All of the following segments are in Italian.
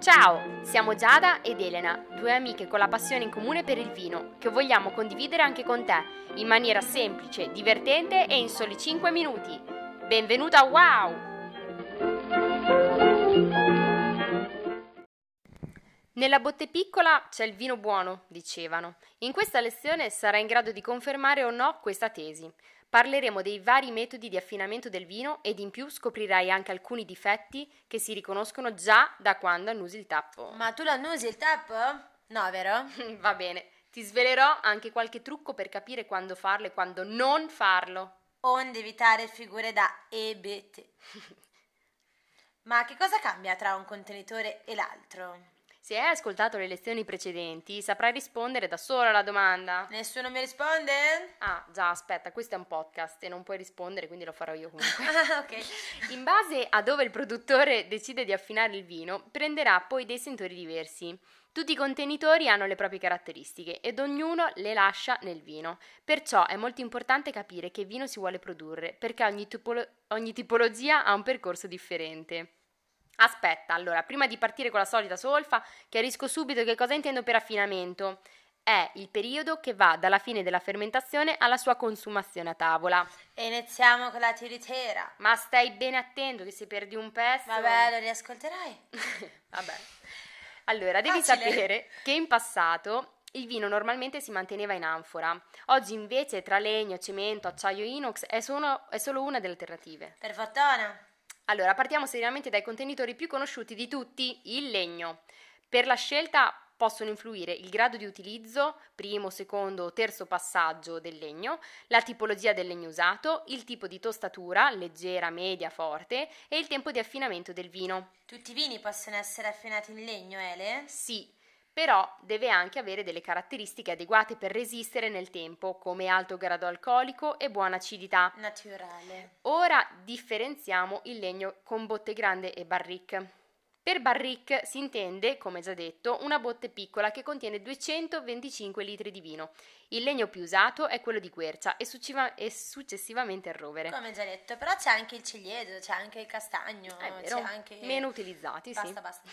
Ciao, siamo Giada ed Elena, due amiche con la passione in comune per il vino, che vogliamo condividere anche con te, in maniera semplice, divertente e in soli 5 minuti. Benvenuta a Wow! Nella botte piccola c'è il vino buono, dicevano. In questa lezione sarai in grado di confermare o no questa tesi. Parleremo dei vari metodi di affinamento del vino ed in più scoprirai anche alcuni difetti che si riconoscono già da quando annusi il tappo. Ma tu lo annusi il tappo? No, vero? Va bene, ti svelerò anche qualche trucco per capire quando farlo e quando non farlo. Onde evitare figure da EBT. Ma che cosa cambia tra un contenitore e l'altro? Se hai ascoltato le lezioni precedenti, saprai rispondere da sola alla domanda. Nessuno mi risponde? Ah, già, aspetta, questo è un podcast e non puoi rispondere, quindi lo farò io comunque. Ah, ok. In base a dove il produttore decide di affinare il vino, prenderà poi dei sentori diversi. Tutti i contenitori hanno le proprie caratteristiche ed ognuno le lascia nel vino. Perciò è molto importante capire che vino si vuole produrre, perché ogni tipologia ha un percorso differente. Aspetta, allora, prima di partire con la solita solfa, chiarisco subito che cosa intendo per affinamento. È il periodo che va dalla fine della fermentazione alla sua consumazione a tavola. E iniziamo con la tiritera. Ma stai bene attento che se perdi un pezzo... Vabbè, lo riascolterai. Vabbè. Allora, devi Facile. sapere che in passato il vino normalmente si manteneva in anfora. Oggi invece tra legno, cemento, acciaio inox è solo una delle alternative. Per fortuna. Allora, partiamo seriamente dai contenitori più conosciuti di tutti, il legno. Per la scelta possono influire il grado di utilizzo, primo, secondo o terzo passaggio del legno, la tipologia del legno usato, il tipo di tostatura, leggera, media, forte, e il tempo di affinamento del vino. Tutti i vini possono essere affinati in legno, Ele? Sì, però deve anche avere delle caratteristiche adeguate per resistere nel tempo, come alto grado alcolico e buona acidità. Naturale. Ora differenziamo il legno con botte grande e barrique. Per barrique si intende, come già detto, una botte piccola che contiene 225 litri di vino. Il legno più usato è quello di quercia e successivamente il rovere. Come già detto, però c'è anche il ciliegiolo, c'è anche il castagno, È vero, c'è anche... meno utilizzati, sì. Basta.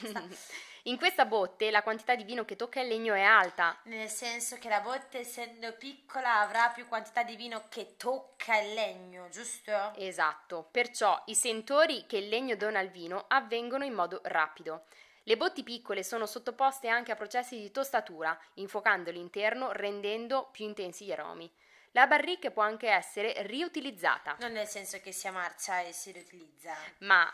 In questa botte la quantità di vino che tocca il legno è alta. Nel senso che la botte, essendo piccola, avrà più quantità di vino che tocca il legno, giusto? Esatto, perciò i sentori che il legno dona al vino avvengono in modo rapido. Le botti piccole sono sottoposte anche a processi di tostatura, infuocando l'interno, rendendo più intensi gli aromi. La barrique può anche essere riutilizzata. Non nel senso che si ammarcia e si riutilizza, Ma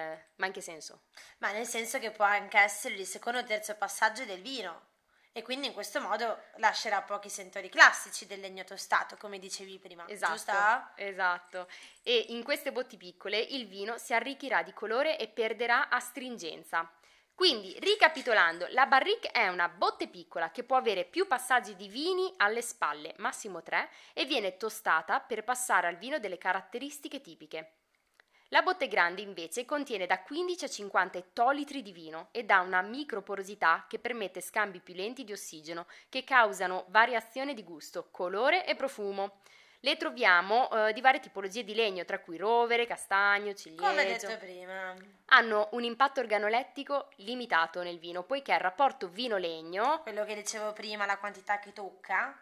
in che senso? ma nel senso che può anche essere il secondo o terzo passaggio del vino. E quindi in questo modo lascerà pochi sentori classici del legno tostato, come dicevi prima, giusto? Esatto. E in queste botti piccole il vino si arricchirà di colore e perderà astringenza. Quindi, ricapitolando, la barrique è una botte piccola che può avere più passaggi di vini alle spalle, massimo 3, e viene tostata per passare al vino delle caratteristiche tipiche. La botte grande invece contiene da 15 a 50 ettolitri di vino ed ha una microporosità che permette scambi più lenti di ossigeno che causano variazione di gusto, colore e profumo. Le troviamo di varie tipologie di legno, tra cui rovere, castagno, ciliegio. Come detto prima. Hanno un impatto organolettico limitato nel vino, poiché il rapporto vino-legno Quello che dicevo prima, la quantità che tocca.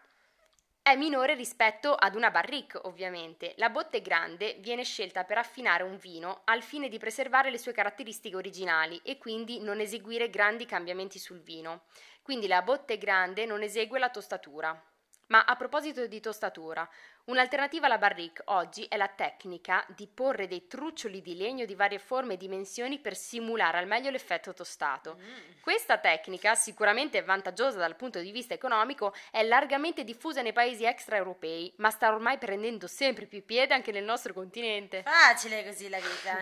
è minore rispetto ad una barrique, ovviamente. La botte grande viene scelta per affinare un vino al fine di preservare le sue caratteristiche originali e quindi non eseguire grandi cambiamenti sul vino. Quindi la botte grande non esegue la tostatura. Ma a proposito di tostatura, un'alternativa alla barrique oggi è la tecnica di porre dei truccioli di legno di varie forme e dimensioni per simulare al meglio l'effetto tostato. Questa tecnica, sicuramente vantaggiosa dal punto di vista economico, è largamente diffusa nei paesi extraeuropei, ma sta ormai prendendo sempre più piede anche nel nostro continente. Facile così la vita,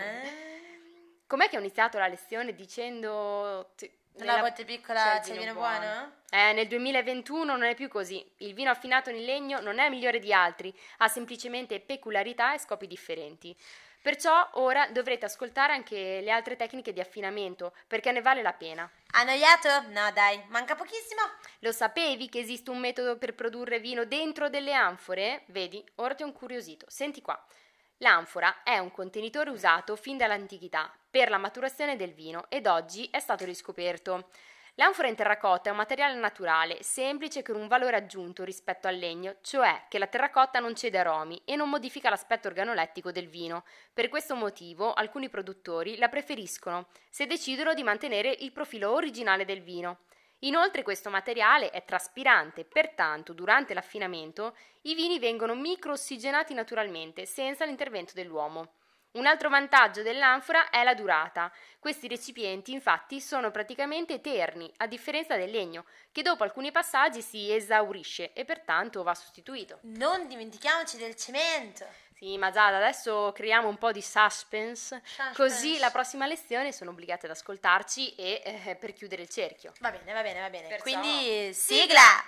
Com'è che ho iniziato la lezione dicendo... Nella botte piccola c'è il vino buono? Nel 2021 non è più così. Il vino affinato in legno non è migliore di altri, ha semplicemente peculiarità e scopi differenti. Perciò ora dovrete ascoltare anche le altre tecniche di affinamento, perché ne vale la pena. Annoiato? No dai, manca pochissimo. Lo sapevi che esiste un metodo per produrre vino dentro delle anfore? Vedi, ora ti ho incuriosito. Senti qua. L'anfora è un contenitore usato fin dall'antichità per la maturazione del vino ed oggi è stato riscoperto. L'anfora in terracotta è un materiale naturale, semplice con un valore aggiunto rispetto al legno, cioè che la terracotta non cede aromi e non modifica l'aspetto organolettico del vino. Per questo motivo alcuni produttori la preferiscono se decidono di mantenere il profilo originale del vino. Inoltre questo materiale è traspirante, pertanto durante l'affinamento i vini vengono microossigenati naturalmente, senza l'intervento dell'uomo. Un altro vantaggio dell'anfora è la durata. Questi recipienti infatti sono praticamente eterni, a differenza del legno, che dopo alcuni passaggi si esaurisce e pertanto va sostituito. Non dimentichiamoci del cemento. Sì, ma già adesso creiamo un po' di suspense, così la prossima lezione sono obbligate ad ascoltarci e per chiudere il cerchio. Va bene. Perciò... Quindi sigla!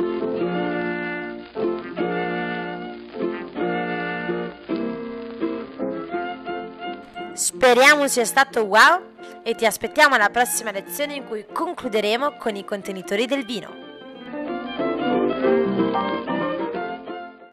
Speriamo sia stato wow e ti aspettiamo alla prossima lezione in cui concluderemo con i contenitori del vino.